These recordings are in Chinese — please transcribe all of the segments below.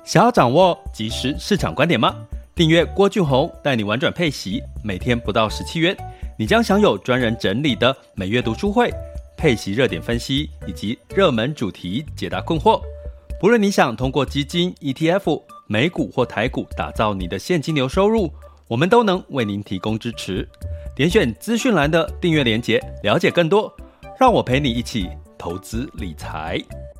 想要掌握即时市场观点吗？订阅郭俊宏带你玩转配息，每天不到17元，你将享有专人整理的每月读书会、配息热点分析以及热门主题解答困惑。不论你想通过基金、ETF、美股或台股打造你的现金流收入，我们都能为您提供支持。点选资讯栏的订阅连结，了解更多。让我陪你一起投资理财。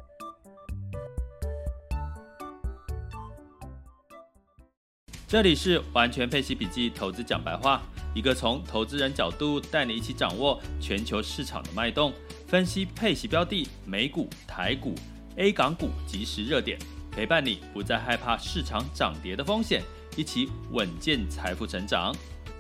这里是完全配息笔记投资讲白话，一个从投资人角度带你一起掌握全球市场的脉动，分析配息标的、美股、台股、A 港股即时热点，陪伴你不再害怕市场涨跌的风险，一起稳健财富成长。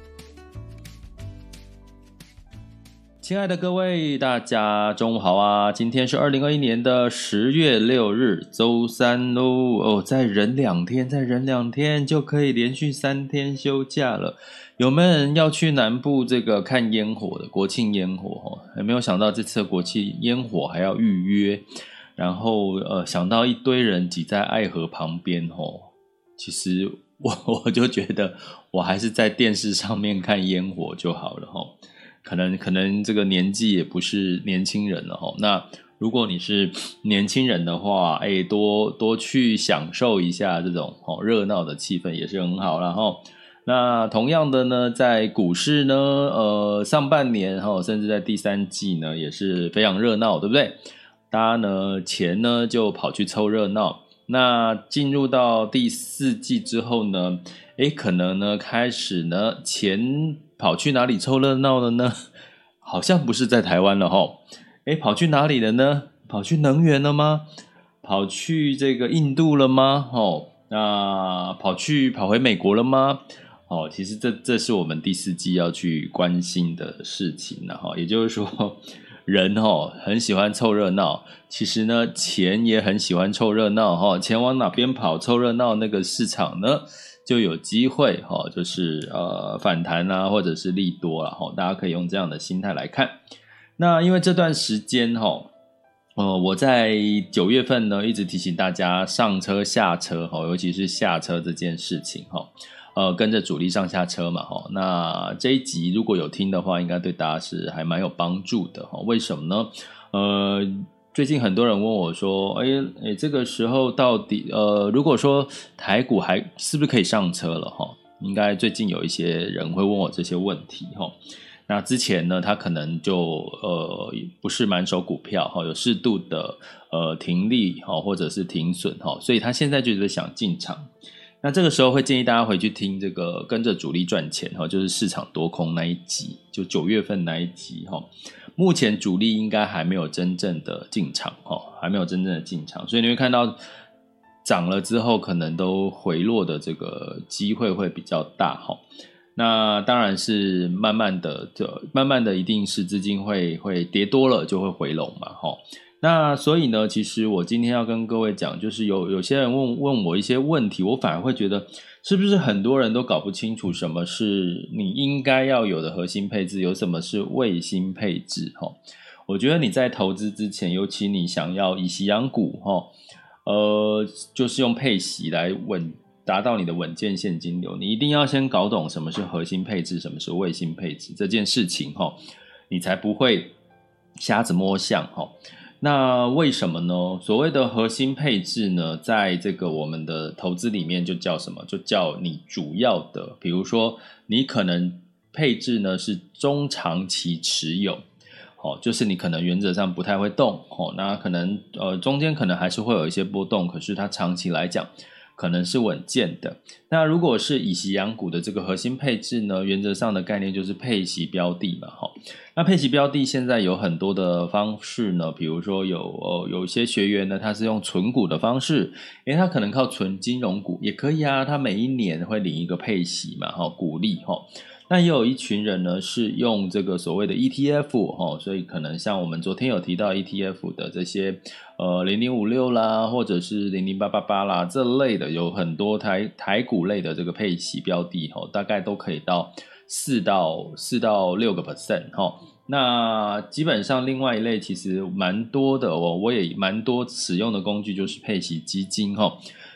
亲爱的各位，大家中午好啊！今天是2021年的10月6日，周三喽。再忍两天就可以连续3天休假了。有没有人要去南部这个看烟火的国庆烟火？有没有想到这次的国庆烟火还要预约？然后想到一堆人挤在爱河旁边其实我就觉得我还是在电视上面看烟火就好了可能这个年纪也不是年轻人了那如果你是年轻人的话，多去享受一下这种热闹的气氛也是很好啦那同样的呢，在股市呢上半年甚至在第3季呢也是非常热闹，对不对？大家呢钱呢就跑去凑热闹。那进入到第4季之后呢，可能呢开始呢钱跑去哪里凑热闹了呢？好像不是在台湾了跑去哪里了呢？跑去能源了吗？跑去这个印度了吗？那跑回美国了吗？其实这是我们第4季要去关心的事情也就是说人很喜欢凑热闹，其实呢钱也很喜欢凑热闹钱往哪边跑凑热闹，那个市场呢就有机会就是反弹啊，或者是利多啦大家可以用这样的心态来看。那因为这段时间我在9月份呢一直提醒大家上车下车尤其是下车这件事情跟着主力上下车嘛那这一集如果有听的话，应该对大家是还蛮有帮助的为什么呢？最近很多人问我说这个时候到底如果说台股还是不是可以上车了应该最近有一些人会问我这些问题那之前呢他可能就不是满手股票有适度的停利或者是停损所以他现在就是想进场。那这个时候会建议大家回去听这个跟着主力赚钱就是市场多空那一集，就9月份那一集目前主力应该还没有真正的进场还没有真正的进场，所以你会看到涨了之后可能都回落的这个机会会比较大那当然是慢慢的一定是资金会跌多了就会回笼嘛那所以呢，其实我今天要跟各位讲，就是有些人问我一些问题，我反而会觉得是不是很多人都搞不清楚什么是你应该要有的核心配置，有什么是卫星配置我觉得你在投资之前，尤其你想要以息养股就是用配息来达到你的稳健现金流，你一定要先搞懂什么是核心配置，什么是卫星配置这件事情你才不会瞎子摸象那为什么呢？所谓的核心配置呢，在这个我们的投资里面就叫什么？就叫你主要的，比如说你可能配置呢是中长期持有就是你可能原则上不太会动那可能中间可能还是会有一些波动，可是它长期来讲可能是稳健的。那如果是以息养股的这个核心配置呢，原则上的概念就是配息标的嘛那配息标的现在有很多的方式呢，比如说有一些学员呢他是用存股的方式他可能靠存金融股也可以啊，他每一年会领一个配息嘛股利那也有一群人呢是用这个所谓的 ETF 所以可能像我们昨天有提到 ETF 的这些0056啦，或者是00888啦这类的，有很多台股类的这个配息标的大概都可以到4到6%那基本上另外一类其实蛮多的我也蛮多使用的工具就是配息基金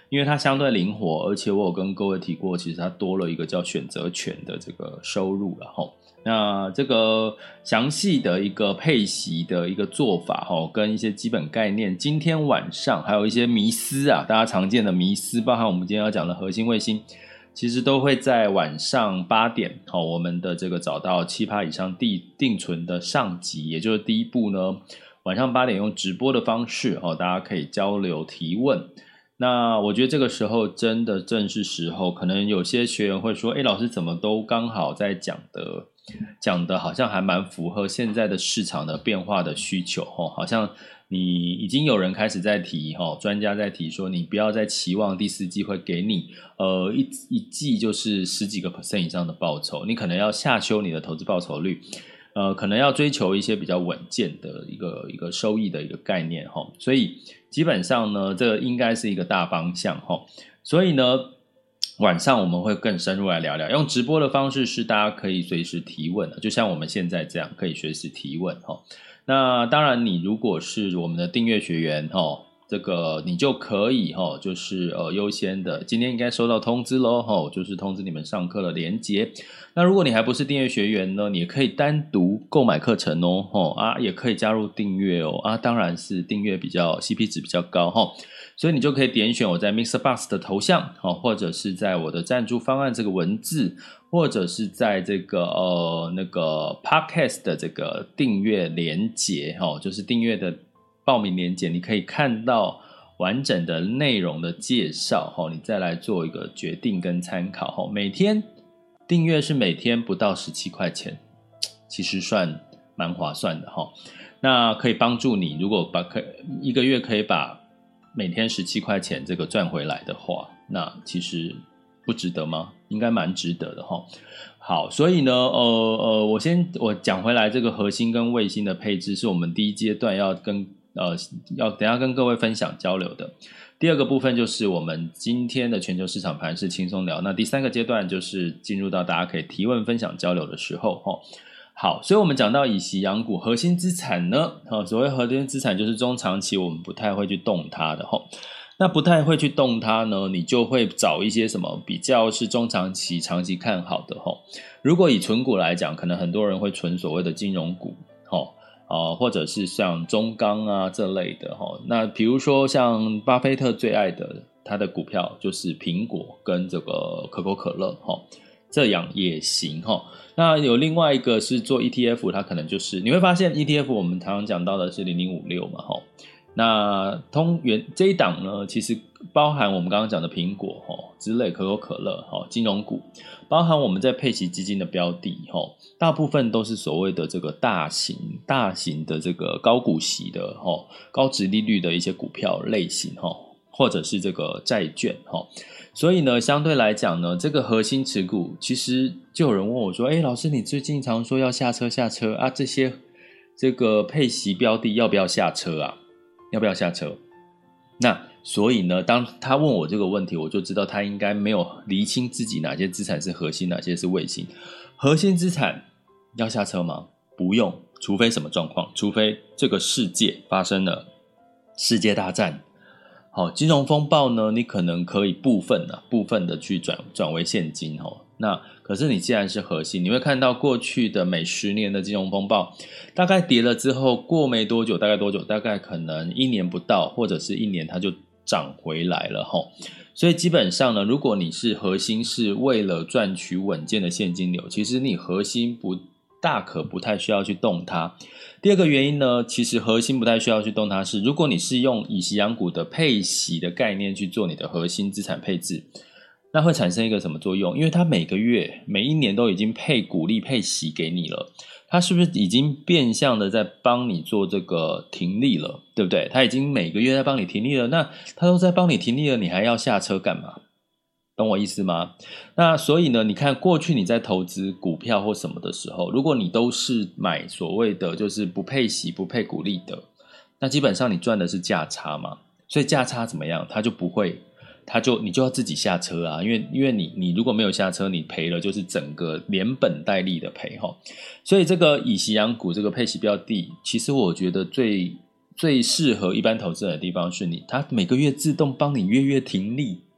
因为它相对灵活，而且我有跟各位提过，其实它多了一个叫选择权的这个收入了齁。那这个详细的一个配息的一个做法跟一些基本概念，今天晚上还有一些迷思啊，大家常见的迷思，包含我们今天要讲的核心卫星，其实都会在晚上8点我们的这个找到7%以上定存的上集，也就是第一步呢，晚上8点用直播的方式大家可以交流提问。那我觉得这个时候真的正是时候，可能有些学员会说，老师怎么都刚好在讲的好像还蛮符合现在的市场的变化的需求好像你已经有人开始在提专家在提说，你不要再期望第4季会给你一季就是10几个%以上的报酬，你可能要下修你的投资报酬率，可能要追求一些比较稳健的一个收益的一个概念所以基本上呢，这个应该是一个大方向所以呢，晚上我们会更深入来聊聊，用直播的方式是大家可以随时提问的，就像我们现在这样可以随时提问那当然你如果是我们的订阅学员这个你就可以就是优先的，今天应该收到通知咯就是通知你们上课的连结。那如果你还不是订阅学员呢，你也可以单独购买课程也可以加入订阅当然是订阅比较 CP 值比较高所以你就可以点选我在 MixerBox 的头像或者是在我的赞助方案这个文字，或者是在这个那个 Podcast 的这个订阅连结就是订阅的报名连结，你可以看到完整的内容的介绍你再来做一个决定跟参考每天订阅是每天不到17块钱，其实算蛮划算的那可以帮助你，如果一个月可以把每天17块钱这个赚回来的话，那其实不值得吗？应该蛮值得的好，所以呢我讲回来，这个核心跟卫星的配置是我们第一阶段要等一下跟各位分享交流的。第二个部分就是我们今天的全球市场盘势轻松聊，那第3个阶段就是进入到大家可以提问分享交流的时候好，所以我们讲到以息养股核心资产呢所谓核心资产就是中长期我们不太会去动它的那不太会去动它呢，你就会找一些什么比较是中长期长期看好的如果以存股来讲，可能很多人会存所谓的金融股或者是像中钢啊这类的那比如说像巴菲特最爱的他的股票就是苹果跟这个可口可乐这样也行那有另外一个是做 ETF， 它可能就是你会发现 ETF 我们常常讲到的是0056嘛那这一档呢，其实包含我们刚刚讲的苹果之类可口可乐金融股，包含我们在配息基金的标的大部分都是所谓的这个大型的这个高股息的高殖利率的一些股票类型或者是这个债券所以呢，相对来讲呢，这个核心持股其实就有人问我说，老师你最近常说要下车啊，这些这个配息标的要不要下车啊？要不要下车？那所以呢，当他问我这个问题，我就知道他应该没有厘清自己哪些资产是核心，哪些是卫星。核心资产要下车吗？不用，除非什么状况？除非这个世界发生了世界大战，金融风暴呢，你可能可以部分的去转为现金那可是你既然是核心，你会看到过去的每10年的金融风暴，大概跌了之后过没多久，大概可能1年不到，或者是1年它就涨回来了所以基本上呢，如果你是核心是为了赚取稳健的现金流，其实你核心不太需要去动它。第二个原因呢，其实核心不太需要去动它是，如果你是用以息养股的配息的概念去做你的核心资产配置，那会产生一个什么作用？因为它每个月每一年都已经配股利配息给你了，它是不是已经变相的在帮你做这个停利了，对不对？它已经每个月在帮你停利了，那它都在帮你停利了，你还要下车干嘛？懂我意思吗？那所以呢，你看过去你在投资股票或什么的时候，如果你都是买所谓的就是不配息不配股利的，那基本上你赚的是价差嘛，所以价差怎么样，它就不会，你就要自己下车啊，因为你如果没有下车，你赔了就是整个连本带利的赔所以这个以息养股这个配息标的，其实我觉得最适合一般投资人的地方是它每个月自动帮你月停利，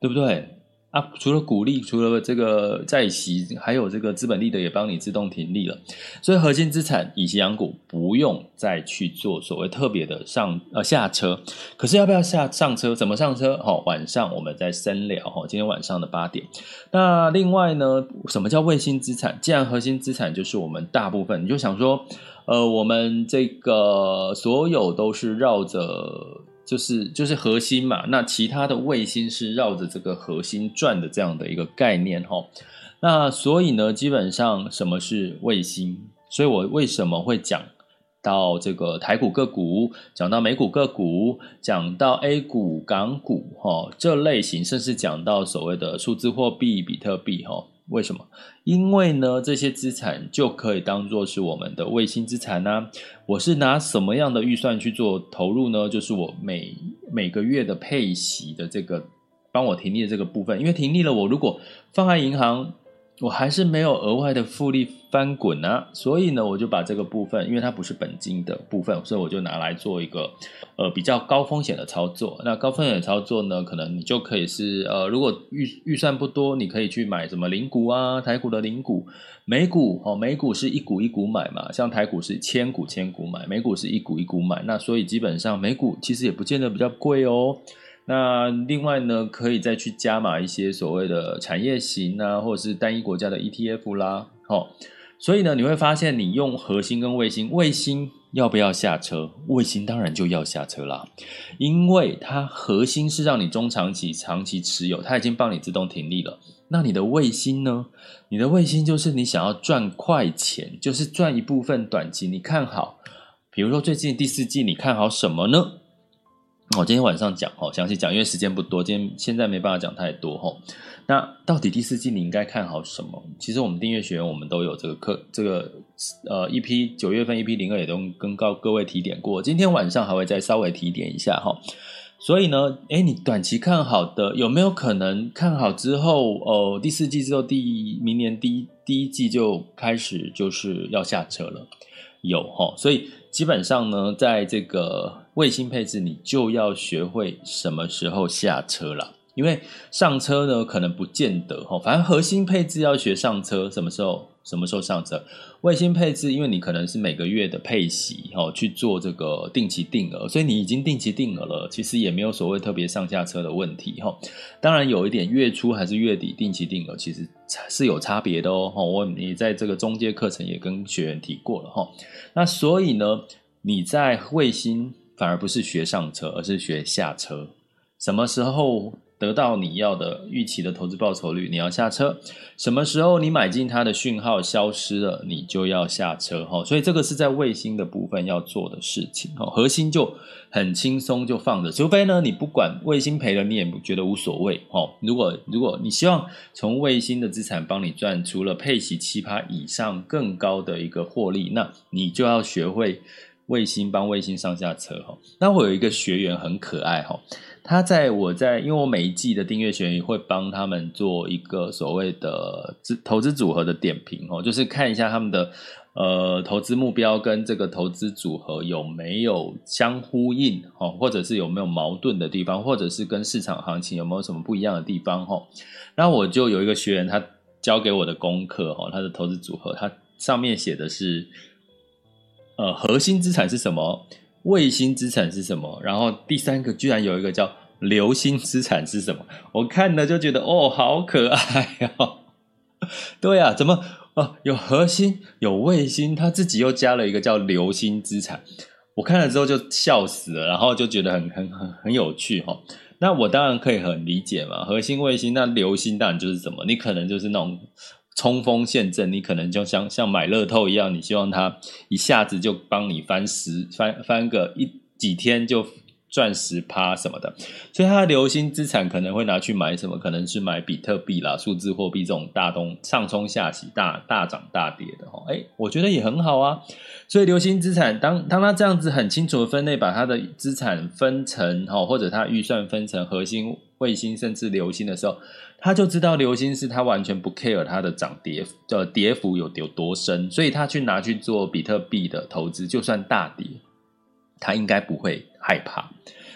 对不对？啊，除了股利，除了这个债息，还有这个资本利得也帮你自动停利了。所以核心资产以息养股不用再去做所谓特别的下车。可是要不要上车？怎么上车？晚上我们再深聊今天晚上的8点。那另外呢，什么叫卫星资产？既然核心资产就是我们大部分，你就想说我们这个所有都是绕着就是核心嘛，那其他的卫星是绕着这个核心转的这样的一个概念那所以呢，基本上什么是卫星？所以我为什么会讲到这个台股个股，讲到美股个股，讲到 A 股、港股这类型，甚至讲到所谓的数字货币、比特币为什么？因为呢，这些资产就可以当作是我们的卫星资产啊。我是拿什么样的预算去做投入呢？就是我每个月的配息的这个帮我停利的这个部分，因为停利了，我如果放在银行，我还是没有额外的复利翻滚啊，所以呢，我就把这个部分，因为它不是本金的部分，所以我就拿来做一个比较高风险的操作。那高风险的操作呢，可能你就可以是如果预算不多，你可以去买什么零股啊，台股的零股，美股是一股一股买嘛，像台股是千股买，美股是一股一股买，那所以基本上美股其实也不见得比较贵哦。那另外呢，可以再去加码一些所谓的产业型啊，或者是单一国家的 ETF 啦。所以呢，你会发现你用核心跟卫星要不要下车？卫星当然就要下车啦，因为它核心是让你中长期持有，它已经帮你自动停利了。那你的卫星呢？你的卫星就是你想要赚快钱，就是赚一部分短期你看好，比如说最近第4季你看好什么呢？我今天晚上讲详细讲，因为时间不多，现在没办法讲太多那到底第4季你应该看好什么？其实我们订阅学员我们都有这个课，这个EP 9月份 EP02也都跟各位提点过，今天晚上还会再稍微提点一下所以呢，你短期看好的有没有可能看好之后第4季之后明年第一季就开始就是要下车了？有所以基本上呢，在这个卫星配置，你就要学会什么时候下车啦。因为上车呢，可能不见得反正核心配置要学上车，什么时候上车？卫星配置，因为你可能是每个月的配息去做这个定期定额，所以你已经定期定额了，其实也没有所谓特别上下车的问题当然有一点月初还是月底定期定额，其实是有差别的你在这个中阶课程也跟学员提过了那所以呢，你在卫星反而不是学上车，而是学下车。什么时候得到你要的预期的投资报酬率，你要下车？什么时候你买进它的讯号消失了，你就要下车所以这个是在卫星的部分要做的事情核心就很轻松就放着，除非呢你不管卫星赔了你也觉得无所谓如果你希望从卫星的资产帮你赚除了配息 7% 以上更高的一个获利，那你就要学会帮卫星上下车那我有一个学员很可爱因为我每一季的订阅学员会帮他们做一个所谓的投资组合的点评就是看一下他们的投资目标跟这个投资组合有没有相呼应或者是有没有矛盾的地方，或者是跟市场行情有没有什么不一样的地方然后我就有一个学员，他交给我的功课他的投资组合，他上面写的是核心资产是什么，卫星资产是什么，然后第3个居然有一个叫流星资产是什么，我看了就觉得好可爱对啊，怎么有核心有卫星，他自己又加了一个叫流星资产，我看了之后就笑死了，然后就觉得很有趣那我当然可以很理解嘛，核心卫星，那流星当然就是什么，你可能就是那种冲锋陷阵，你可能就像买乐透一样，你希望它一下子就帮你翻个几天就赚10%什么的，所以它的流星资产可能会拿去买什么？可能是买比特币啦、数字货币这种上冲下洗、大涨大跌的我觉得也很好啊。所以流星资产，当它这样子很清楚的分类，把它的资产分成或者它预算分成核心、卫星甚至流星的时候，他就知道流星是他完全不 care 它的跌幅有多深，所以他拿去做比特币的投资，就算大跌他应该不会害怕。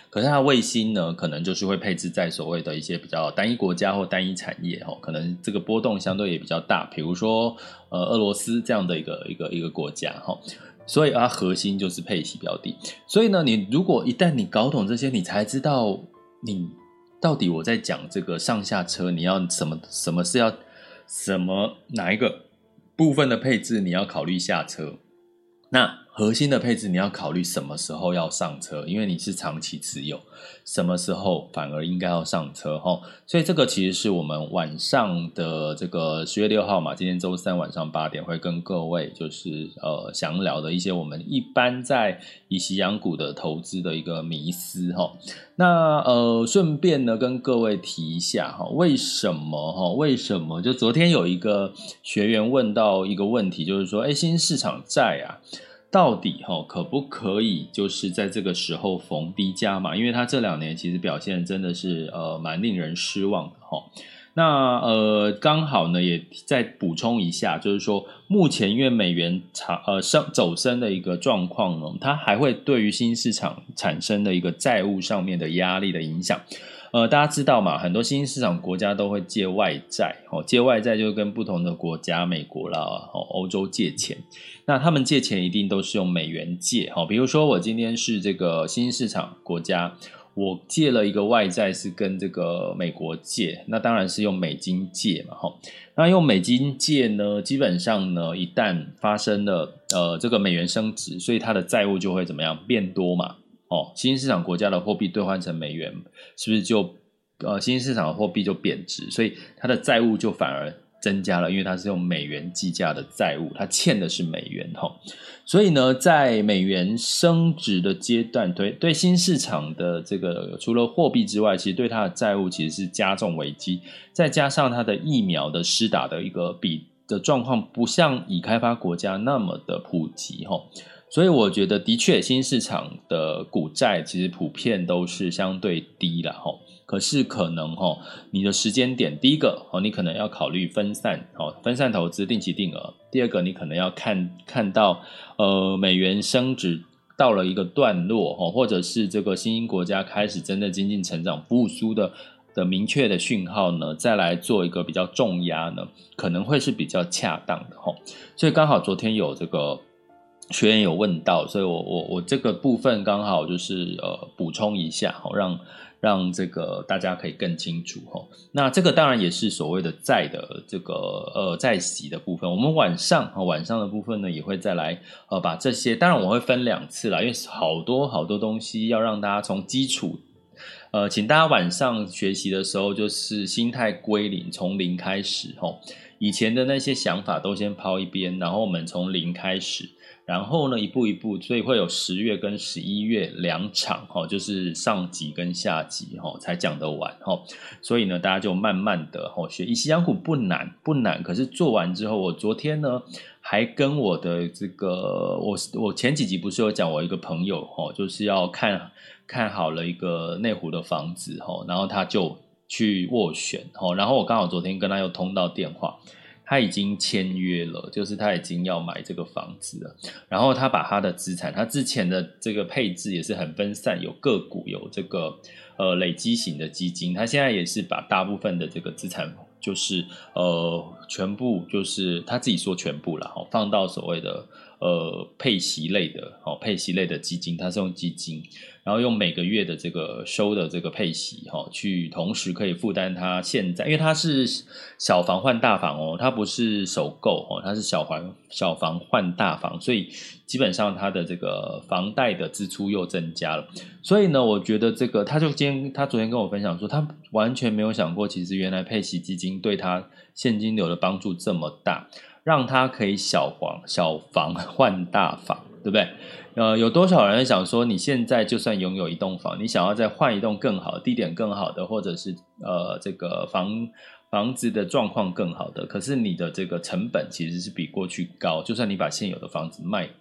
可是它卫星呢，可能就是会配置在所谓的一些比较单一国家或单一产业可能这个波动相对也比较大，比如说俄罗斯这样的一个国家所以它核心就是配息标的。所以呢，你如果一旦你搞懂这些，你才知道你到底我在讲这个上下车，你要什么是要哪一个部分的配置你要考虑下车，那核心的配置你要考虑什么时候要上车，因为你是长期持有，什么时候反而应该要上车所以这个其实是我们晚上的这个10月6号嘛，今天周三晚上8点会跟各位就是详聊的一些我们一般在以息养股的投资的一个迷思那顺便呢跟各位提一下为什么就昨天有一个学员问到一个问题，就是说新兴市场债啊到底可不可以就是在这个时候逢低加码，因为它这2年其实表现真的是蛮令人失望的那刚好呢也再补充一下，就是说目前因为美元走升的一个状况呢，它还会对于新兴市场产生的一个债务上面的压力的影响。大家知道嘛，很多新兴市场国家都会借外债借外债就跟不同的国家美国啦欧洲借钱，那他们借钱一定都是用美元借比如说我今天是这个新兴市场国家，我借了一个外债是跟这个美国借，那当然是用美金借嘛那用美金借呢，基本上呢一旦发生了这个美元升值，所以它的债务就会怎么样变多嘛新兴市场国家的货币兑换成美元，是不是就新兴市场的货币就贬值，所以它的债务就反而增加了，因为它是用美元计价的债务，它欠的是美元所以呢在美元升值的阶段，对新市场的这个除了货币之外，其实对它的债务其实是加重危机，再加上它的疫苗的施打的一个比的状况不像已开发国家那么的普及所以我觉得的确新市场的股债其实普遍都是相对低啦可是可能你的时间点，第一个你可能要考虑分散投资定期定额，第二个你可能要看到美元升值到了一个段落或者是这个新兴国家开始真的经济成长复苏的明确的讯号呢，再来做一个比较重压呢，可能会是比较恰当的所以刚好昨天有这个学员有问到，所以我这个部分刚好就是补充一下让这个大家可以更清楚那这个当然也是所谓的债的这个债息的部分，我们晚上的部分呢也会再来把这些，当然我会分2次啦，因为好多东西要让大家从基础请大家晚上学习的时候就是心态归零，从零开始以前的那些想法都先抛一边，然后我们从零开始，然后呢一步一步，所以会有10月跟11月2场就是上集跟下集才讲得完所以呢大家就慢慢的学以息养股不难，可是做完之后，我昨天呢还跟我的这个我前几集不是有讲我一个朋友就是要看好了一个内湖的房子然后他就去斡旋然后我刚好昨天跟他又通到电话，他已经签约了，就是他已经要买这个房子了，然后他把他的资产，他之前的这个配置也是很分散，有个股，有这个累积型的基金，他现在也是把大部分的这个资产就是全部就是他自己说全部啦放到所谓的配息类的基金，它是用基金，然后用每个月的这个收的这个配息去同时可以负担它现在，因为它是小房换大房它不是首购它是小房换大房，所以基本上它的这个房贷的支出又增加了，所以呢我觉得这个他昨天跟我分享说，他完全没有想过其实原来配息基金对他现金流的帮助这么大，让他可以小房换大房，对不对？有多少人想说，你现在就算拥有一栋房，你想要再换一栋更好的地点更好的，或者是这个房子的状况更好的，可是你的这个成本其实是比过去高，就算你把现有的房子卖掉，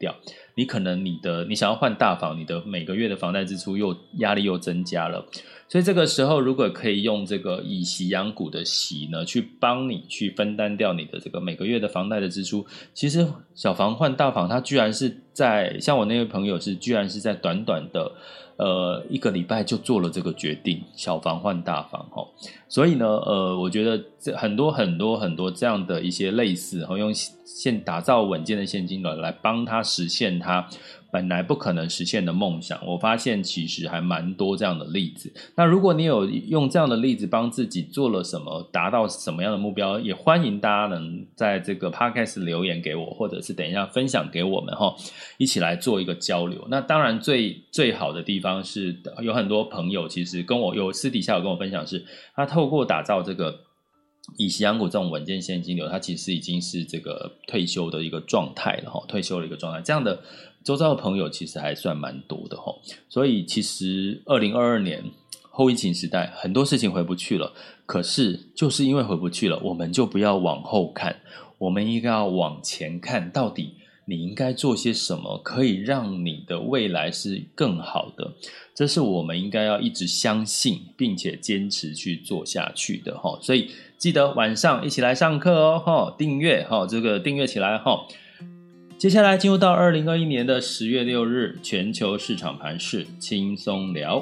你可能你想要换大房，你的每个月的房贷支出压力又增加了。所以这个时候如果可以用这个以息养股的息呢，去帮你去分担掉你的这个每个月的房贷的支出，其实小房换大房它居然是像我那位朋友居然是在短短的1个礼拜就做了这个决定，小房换大房所以呢我觉得很多这样的一些类似用打造稳健的现金流来帮他实现他本来不可能实现的梦想，我发现其实还蛮多这样的例子。那如果你有用这样的例子帮自己做了什么，达到什么样的目标，也欢迎大家能在这个 podcast 留言给我，或者是等一下分享给我们一起来做一个交流。那当然最好的地方是有很多朋友其实私底下有跟我分享，是他透过打造这个以息养股这种稳健现金流，它其实已经是这个退休的一个状态了退休的一个状态，这样的周遭的朋友其实还算蛮多的所以其实2022年后疫情时代很多事情回不去了，可是就是因为回不去了，我们就不要往后看，我们应该要往前看，到底你应该做些什么可以让你的未来是更好的，这是我们应该要一直相信并且坚持去做下去的所以记得晚上一起来上课订阅这个订阅起来接下来进入到2021年的10月6日全球市场盘势轻松聊。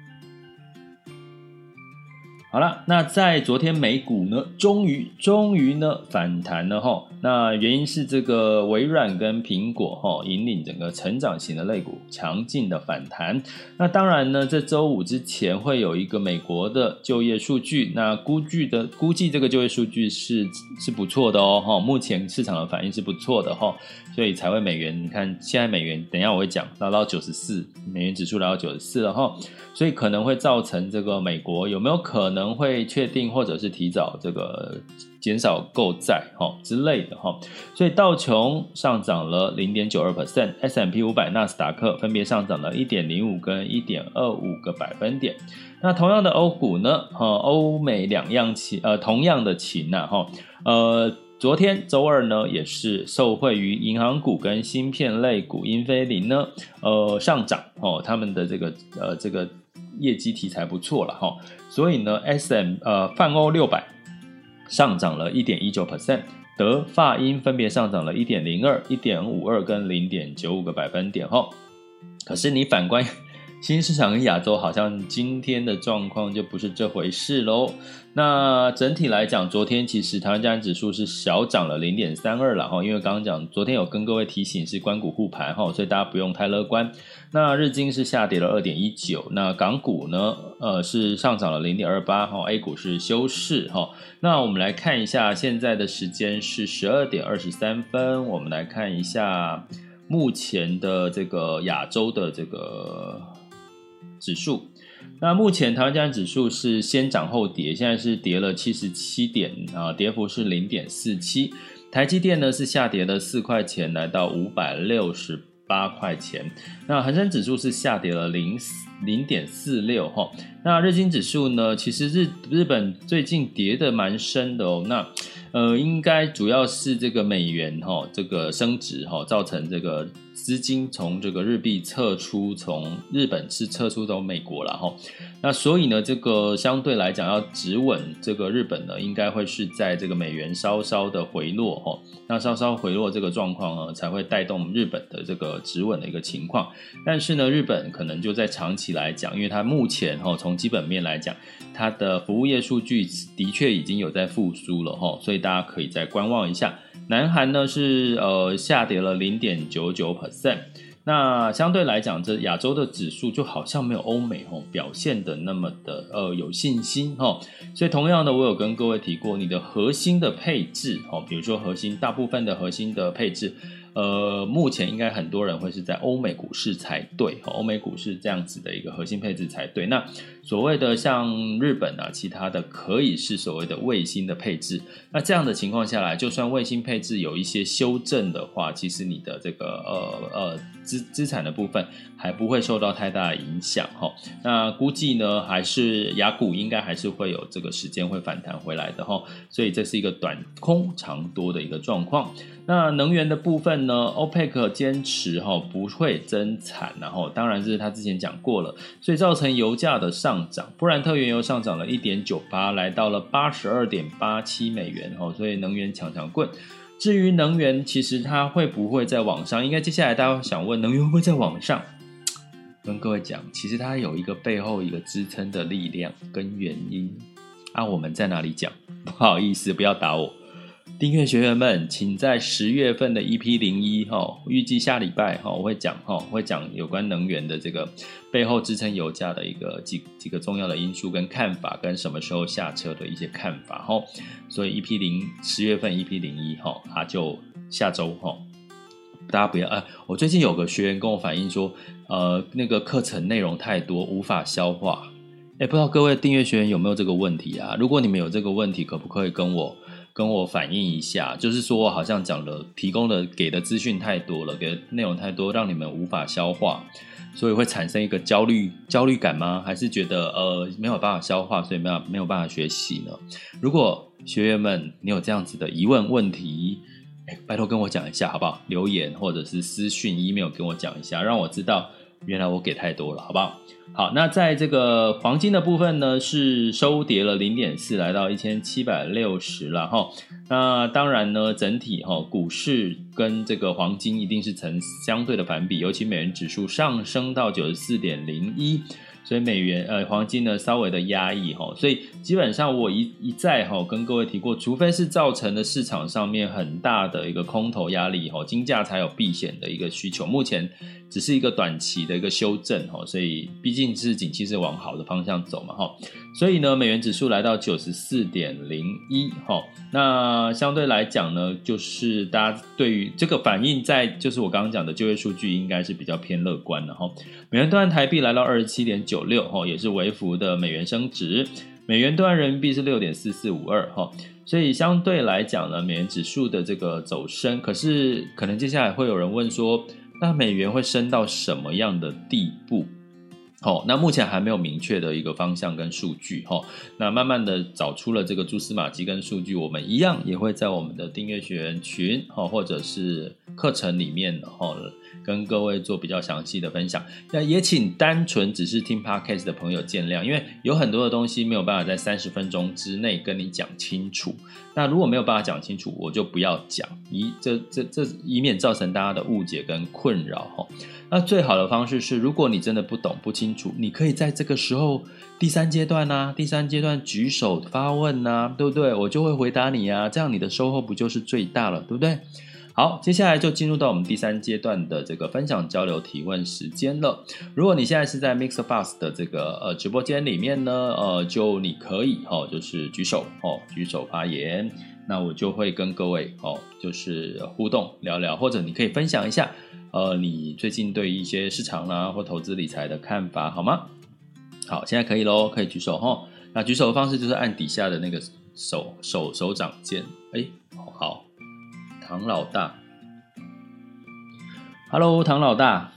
好了，那在昨天美股呢终于呢反弹了那原因是这个微软跟苹果引领整个成长型的类股强劲的反弹。那当然呢这周五之前会有一个美国的就业数据，那估计这个就业数据是不错的目前市场的反应是不错的所以才会美元，你看现在美元等一下我会讲来到94，美元指数来到94了所以可能会造成这个美国有没有可能会确定或者是提早这个减少购债之类的所以道琼上涨了 0.92%， S&P 500 纳斯达克分别上涨了 1.05 跟 1.25 个百分点。那同样的欧股呢欧美两样同样的情昨天周二呢也是受惠于银行股跟芯片类股英飞凌呢上涨他们的这个业绩题材不错了所以呢泛欧600上涨了 1.19%， 德法英分别上涨了 1.02 1.52 跟 0.95 个百分点可是你反观新兴市场跟亚洲，好像今天的状况就不是这回事咯。那整体来讲，昨天其实台湾加权指数是小涨了 0.32 啦因为刚刚讲昨天有跟各位提醒是官股护盘所以大家不用太乐观。那日经是下跌了 2.19， 那港股呢是上涨了 0.28 A 股是休市那我们来看一下现在的时间是12点23分，我们来看一下目前的这个亚洲的这个指数。那目前台湾加权指数是先涨后跌，现在是跌了77点跌幅是 0.47。 台积电呢是下跌了4块钱来到568块钱。那恒生指数是下跌了 0.46 那日经指数呢其实日本最近跌得蛮深的那应该主要是这个美元这个升值造成这个资金从这个日币撤出，从日本是撤出到美国啦那所以呢这个相对来讲要止稳这个日本呢应该会是在这个美元稍稍的回落那稍稍回落这个状况呢才会带动日本的这个止稳的一个情况。但是呢日本可能就在长期来讲，因为它目前从基本面来讲它的服务业数据的确已经有在复苏了所以大家可以再观望一下。南韩呢是下跌了 0.99%， 那相对来讲这亚洲的指数就好像没有欧美表现的那么的有信心所以同样的我有跟各位提过，你的核心的配置比如说大部分的核心的配置目前应该很多人会是在欧美股市才对欧美股市这样子的一个核心配置才对。那所谓的像日本其他的可以是所谓的卫星的配置。那这样的情况下来，就算卫星配置有一些修正的话，其实你的这个资产的部分还不会受到太大的影响齁。那估计呢还是亚股应该还是会有这个时间会反弹回来的齁，所以这是一个短空长多的一个状况。那能源的部分呢 OPEC 坚持不会增产，然后当然是他之前讲过了，所以造成油价的上涨，布兰特原油上涨了 1.98 来到了 82.87 美元，所以能源强棍。至于能源其实它会不会在往上，应该接下来大家想问能源会不会在往上，跟各位讲其实它有一个背后一个支撑的力量跟原因啊，我们在哪里讲？不好意思不要打我。订阅学员们请在10月份的 EP01 预计下礼拜我会讲有关能源的这个背后支撑油价的一个几个重要的因素跟看法，跟什么时候下车的一些看法所以 10月份 EP01 它就下周大家不要我最近有个学员跟我反映说那个课程内容太多无法消化不知道各位订阅学员有没有这个问题啊？如果你们有这个问题，可不可以跟我反映一下，就是说我好像讲的提供的给的资讯太多了，给的内容太多，让你们无法消化，所以会产生一个焦虑感吗？还是觉得没有办法消化，所以没有办法学习呢？如果学员们你有这样子的疑问题拜托跟我讲一下好不好？留言或者是私讯 email 跟我讲一下，让我知道原来我给太多了，好不好？好，那在这个黄金的部分呢，是收跌了 0.4 来到1760了那当然呢，整体股市跟这个黄金一定是成相对的反比，尤其美元指数上升到 94.01，所以黄金呢稍微的压抑所以基本上我一再跟各位提过，除非是造成了市场上面很大的一个空头压力金价才有避险的一个需求，目前只是一个短期的一个修正所以毕竟是景气是往好的方向走嘛所以呢美元指数来到 94.01 那相对来讲呢，就是大家对于这个反应在就是我刚刚讲的就业数据应该是比较偏乐观的美元兑换台币来到 27.96 也是微幅的美元升值，美元兑换人民币是 6.4452 所以相对来讲呢，美元指数的这个走升，可是可能接下来会有人问说，那美元会升到什么样的地步那目前还没有明确的一个方向跟数据那慢慢的找出了这个蛛丝马迹跟数据，我们一样也会在我们的订阅学员群或者是课程里面跟各位做比较详细的分享。那也请单纯只是听 Podcast 的朋友见谅，因为有很多的东西没有办法在30分钟之内跟你讲清楚，那如果没有办法讲清楚，我就不要讲，以免造成大家的误解跟困扰那最好的方式是，如果你真的不懂不清楚，你可以在这个时候第三阶段举手发问对不对？我就会回答你这样你的收获不就是最大了，对不对？好，接下来就进入到我们第3阶段的这个分享交流提问时间了。如果你现在是在 MixerBox 的这个直播间里面呢，就你可以就是举手发言，那我就会跟各位就是互动聊聊，或者你可以分享一下你最近对一些市场或投资理财的看法，好吗？好，现在可以咯，可以举手那举手的方式就是按底下的那个手掌键。好，唐老大 ，Hello， 唐老大，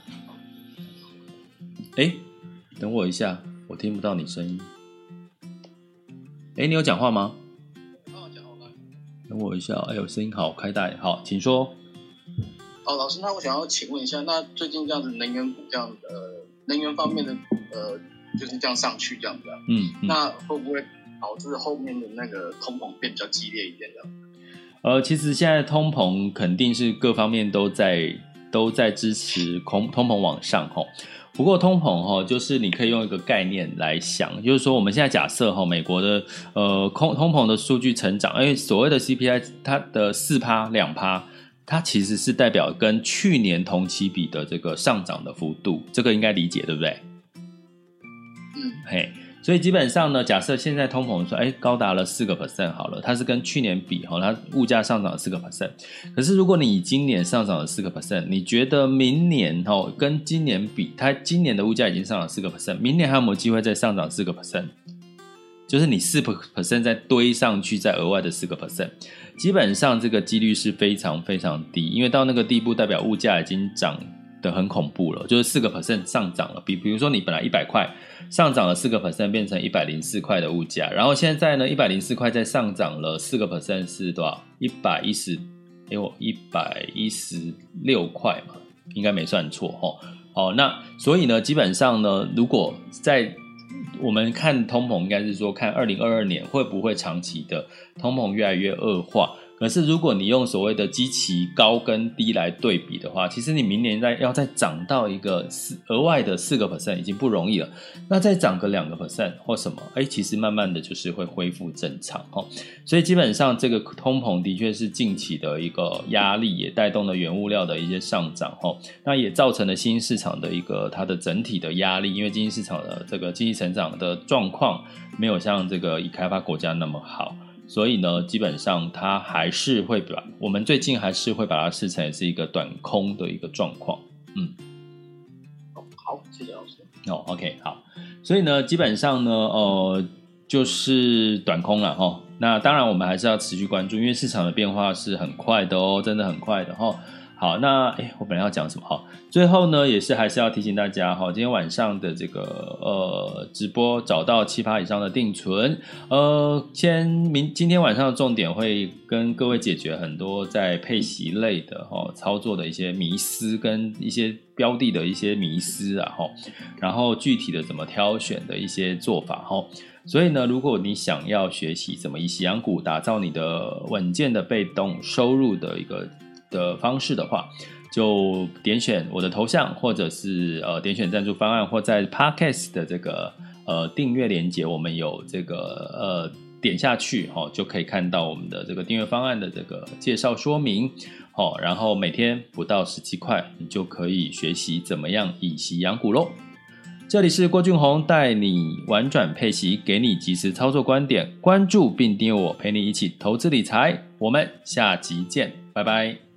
等我一下，我听不到你声音。你有讲话吗？ 讲话了。 等我一下，我声音好开大，好，请说。 老师，那我想要请问一下，那最近这样子能源股这样能源方面的就是这样上去这样子那会不会导致后面的那个通膨变比较激烈一点的？ 其实现在通膨肯定是各方面都在支持通膨往上不过通膨就是你可以用一个概念来想，就是说我们现在假设美国的通膨的数据成长，因为所谓的 CPI 它的 4% 2%，它其实是代表跟去年同期比的这个上涨的幅度，这个应该理解对不对？所以基本上呢，假设现在通膨说高达了 4% 好了，它是跟去年比它物价上涨了 4%， 可是如果你以今年上涨了 4%， 你觉得明年跟今年比，它今年的物价已经上涨 4%， 明年还有没有机会再上涨 4%？ 就是你 4% 再堆上去再额外的 4%， 基本上这个几率是非常非常低，因为到那个地步代表物价已经涨的很恐怖了，就是 4% 上涨了，比如说你本来100块上涨了 4% 变成104块的物价，然后现在呢104块再上涨了 4% 是多少？116块嘛，应该没算错哦。那所以呢基本上呢，如果在我们看通膨，应该是说看2022年会不会长期的通膨越来越恶化。可是如果你用所谓的基期高跟低来对比的话，其实你明年要再涨到一个额外的 4% 已经不容易了，那再涨个 2% 或什么，其实慢慢的就是会恢复正常所以基本上这个通膨的确是近期的一个压力，也带动了原物料的一些上涨那也造成了新兴市场的一个它的整体的压力，因为经济市场的这个经济成长的状况没有像这个已开发国家那么好，所以呢基本上它还是会我们最近还是会把它视成是一个短空的一个状况。 好，谢谢老师。 OK 好，所以呢基本上呢就是短空了那当然我们还是要持续关注，因为市场的变化是很快的真的很快的好，那我本来要讲什么最后呢也是还是要提醒大家今天晚上的这个直播找到7%以上的定存今天晚上的重点会跟各位解决很多在配息类的操作的一些迷思跟一些标的的一些迷思然后具体的怎么挑选的一些做法所以呢如果你想要学习怎么以息养股打造你的稳健的被动收入的一个的方式的话，就点选我的头像，或者是点选赞助方案，或在 Podcast 的这个订阅连结，我们有这个点下去就可以看到我们的这个订阅方案的这个介绍说明然后每天不到17块，你就可以学习怎么样以息养股咯。这里是郭俊宏，带你玩转配息，给你及时操作观点，关注并订阅我，陪你一起投资理财，我们下集见，拜拜。